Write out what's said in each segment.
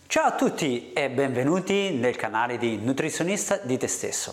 Ciao a tutti e benvenuti nel canale di Nutrizionista di te stesso.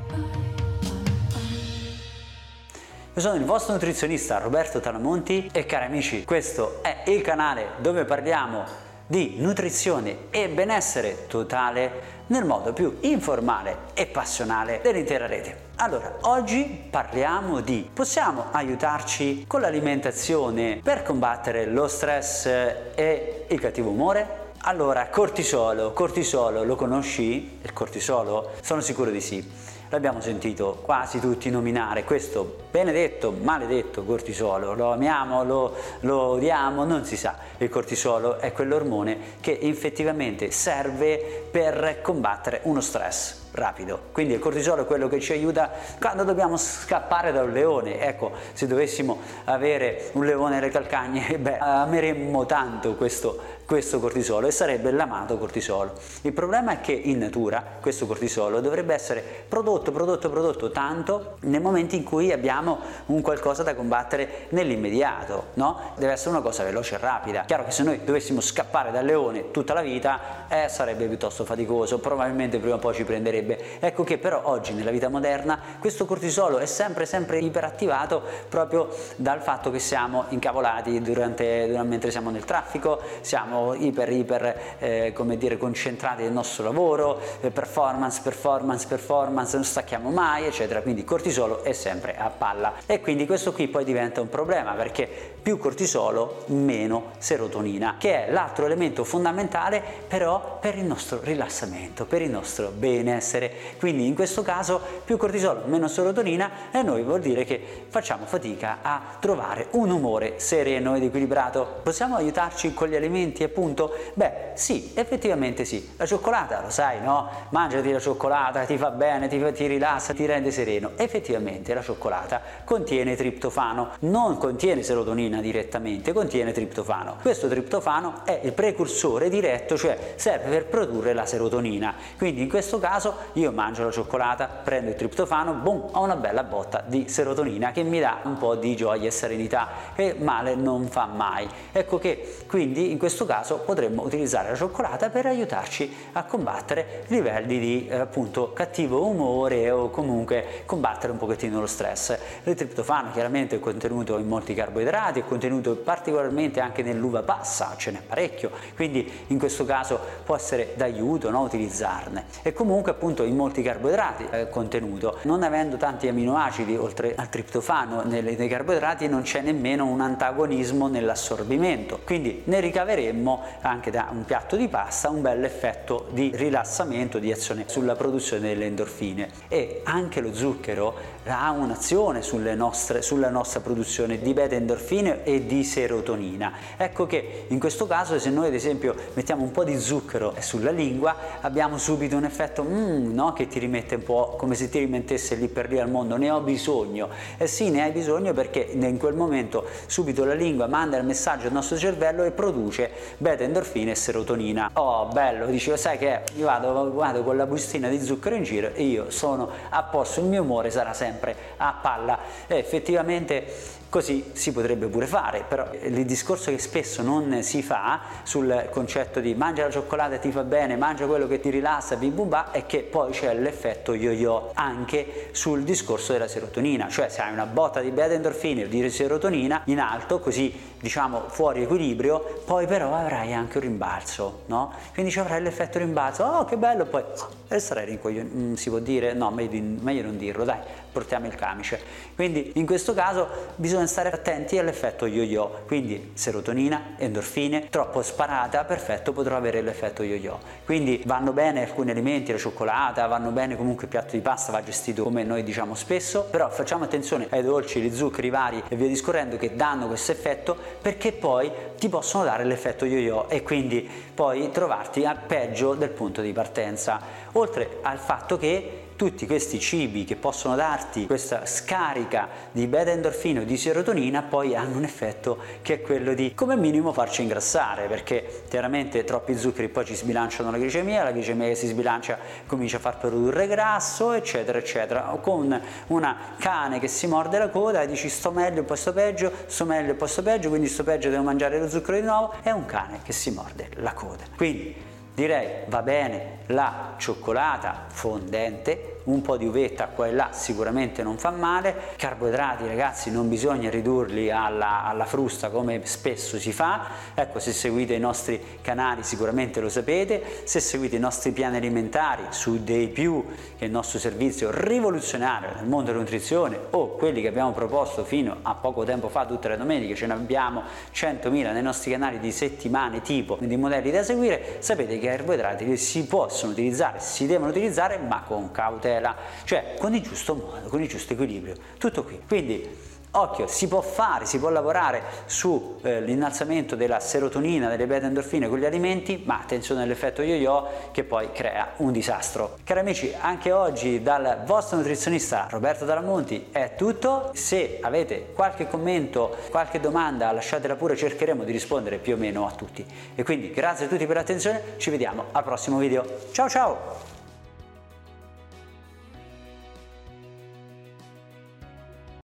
Io sono il vostro nutrizionista Roberto Talamonti e cari amici, questo è il canale dove parliamo di nutrizione e benessere totale nel modo più informale e passionale dell'intera rete. Allora, oggi parliamo di possiamo aiutarci con l'alimentazione per combattere lo stress e il cattivo umore? Allora, cortisolo, lo conosci? Il cortisolo? Sono sicuro di sì. L'abbiamo sentito quasi tutti nominare questo benedetto, maledetto cortisolo. Lo amiamo, lo odiamo, non si sa. Il cortisolo è quell'ormone che effettivamente serve per combattere uno stress rapido. Quindi il cortisolo è quello che ci aiuta quando dobbiamo scappare da un leone. Ecco, se dovessimo avere un leone alle calcagne, ameremmo tanto questo cortisolo e sarebbe l'amato cortisolo. Il problema è che in natura questo cortisolo dovrebbe essere prodotto tanto nel momento in cui abbiamo un qualcosa da combattere nell'immediato, no? Deve essere una cosa veloce e rapida. Chiaro che se noi dovessimo scappare dal leone tutta la vita sarebbe piuttosto faticoso, probabilmente prima o poi ci prenderebbe. Ecco che però oggi nella vita moderna questo cortisolo è sempre iperattivato proprio dal fatto che siamo incavolati mentre siamo nel traffico, siamo come dire, concentrati nel nostro lavoro, performance, non stacchiamo mai, eccetera. Quindi cortisolo è sempre a palla e quindi questo qui poi diventa un problema, perché più cortisolo meno serotonina, che è l'altro elemento fondamentale però per il nostro rilassamento, per il nostro benessere. Quindi in questo caso più cortisolo meno serotonina e noi vuol dire che facciamo fatica a trovare un umore sereno ed equilibrato. Possiamo aiutarci con gli alimenti, appunto? Beh, sì, effettivamente sì. La cioccolata, lo sai, no? Mangiati la cioccolata, ti fa bene, ti rilassa, ti rende sereno. Effettivamente la cioccolata contiene triptofano, non contiene serotonina direttamente, contiene triptofano. Questo triptofano è il precursore diretto, cioè serve per produrre la serotonina. Quindi in questo caso io mangio la cioccolata, prendo il triptofano, boom, ho una bella botta di serotonina che mi dà un po' di gioia e serenità, che male non fa mai. Ecco che quindi in questo caso potremmo utilizzare la cioccolata per aiutarci a combattere livelli di appunto cattivo umore o comunque combattere un pochettino lo stress. Il triptofano chiaramente è contenuto in molti carboidrati, è contenuto particolarmente anche nell'uva passa, ce n'è parecchio, quindi in questo caso può essere d'aiuto, no, utilizzarne. E comunque appunto in molti carboidrati è contenuto, non avendo tanti aminoacidi oltre al triptofano nei carboidrati non c'è nemmeno un antagonismo nell'assorbimento, quindi ne ricaveremmo anche da un piatto di pasta un bel effetto di rilassamento, di azione sulla produzione delle endorfine. E anche lo zucchero ha un'azione sulla nostra produzione di beta endorfine e di serotonina. Ecco che in questo caso se noi ad esempio mettiamo un po' di zucchero sulla lingua abbiamo subito un effetto no, che ti rimette un po' come se ti rimettesse lì per lì al mondo, ne ho bisogno. E sì, ne hai bisogno perché in quel momento subito la lingua manda il messaggio al nostro cervello e produce beta endorfine e serotonina. Oh, bello, dicevo, sai che io vado con la bustina di zucchero in giro e io sono a posto, il mio umore sarà sempre a palla. E effettivamente così si potrebbe pure fare, però il discorso che spesso non si fa sul concetto di mangia la cioccolata e ti fa bene, mangia quello che ti rilassa, bim bum ba, è che poi c'è l'effetto yo-yo anche sul discorso della serotonina, cioè se hai una botta di beta endorfine o di serotonina in alto, così diciamo fuori equilibrio, poi però avrai anche un rimbalzo, no? Quindi ci avrai l'effetto rimbalzo, oh che bello, poi resterai rincoglionito, si può dire? No, meglio non dirlo, dai, portiamo il camice. Quindi in questo caso bisogna stare attenti all'effetto yo-yo, quindi serotonina, endorfine, troppo sparata, perfetto, potrò avere l'effetto yo-yo. Quindi vanno bene alcuni alimenti, la cioccolata, vanno bene comunque il piatto di pasta, va gestito come noi diciamo spesso, però facciamo attenzione ai dolci, agli zuccheri vari e via discorrendo che danno questo effetto, perché poi ti possono dare l'effetto yo-yo e quindi poi trovarti al peggio del punto di partenza, oltre al fatto che tutti questi cibi che possono darti questa scarica di beta endorfine o di serotonina poi hanno un effetto che è quello di come minimo farci ingrassare, perché chiaramente troppi zuccheri poi ci sbilanciano la glicemia che si sbilancia comincia a far produrre grasso, eccetera eccetera. Con una cane che si morde la coda e dici sto meglio poi sto peggio, sto meglio poi sto peggio, quindi sto peggio devo mangiare lo zucchero di nuovo, è un cane che si morde la coda. Quindi direi va bene la cioccolata fondente, un po' di uvetta qua e là sicuramente non fa male. Carboidrati, ragazzi, non bisogna ridurli alla frusta come spesso si fa. Ecco, se seguite i nostri canali sicuramente lo sapete, se seguite i nostri piani alimentari su Day Più, che è il nostro servizio rivoluzionario nel mondo della nutrizione, o quelli che abbiamo proposto fino a poco tempo fa tutte le domeniche, ce ne abbiamo 100.000 nei nostri canali di settimane tipo di modelli da seguire, sapete che i carboidrati si possono utilizzare, si devono utilizzare, ma con cautela, cioè con il giusto modo, con il giusto equilibrio, tutto qui. Quindi occhio, si può lavorare sull'innalzamento della serotonina, delle beta-endorfine con gli alimenti, ma attenzione all'effetto yo-yo che poi crea un disastro. Cari amici, anche oggi dal vostro nutrizionista Roberto Talamonti è tutto. Se avete qualche commento, qualche domanda, lasciatela pure, cercheremo di rispondere più o meno a tutti. E quindi grazie a tutti per l'attenzione, ci vediamo al prossimo video. Ciao ciao!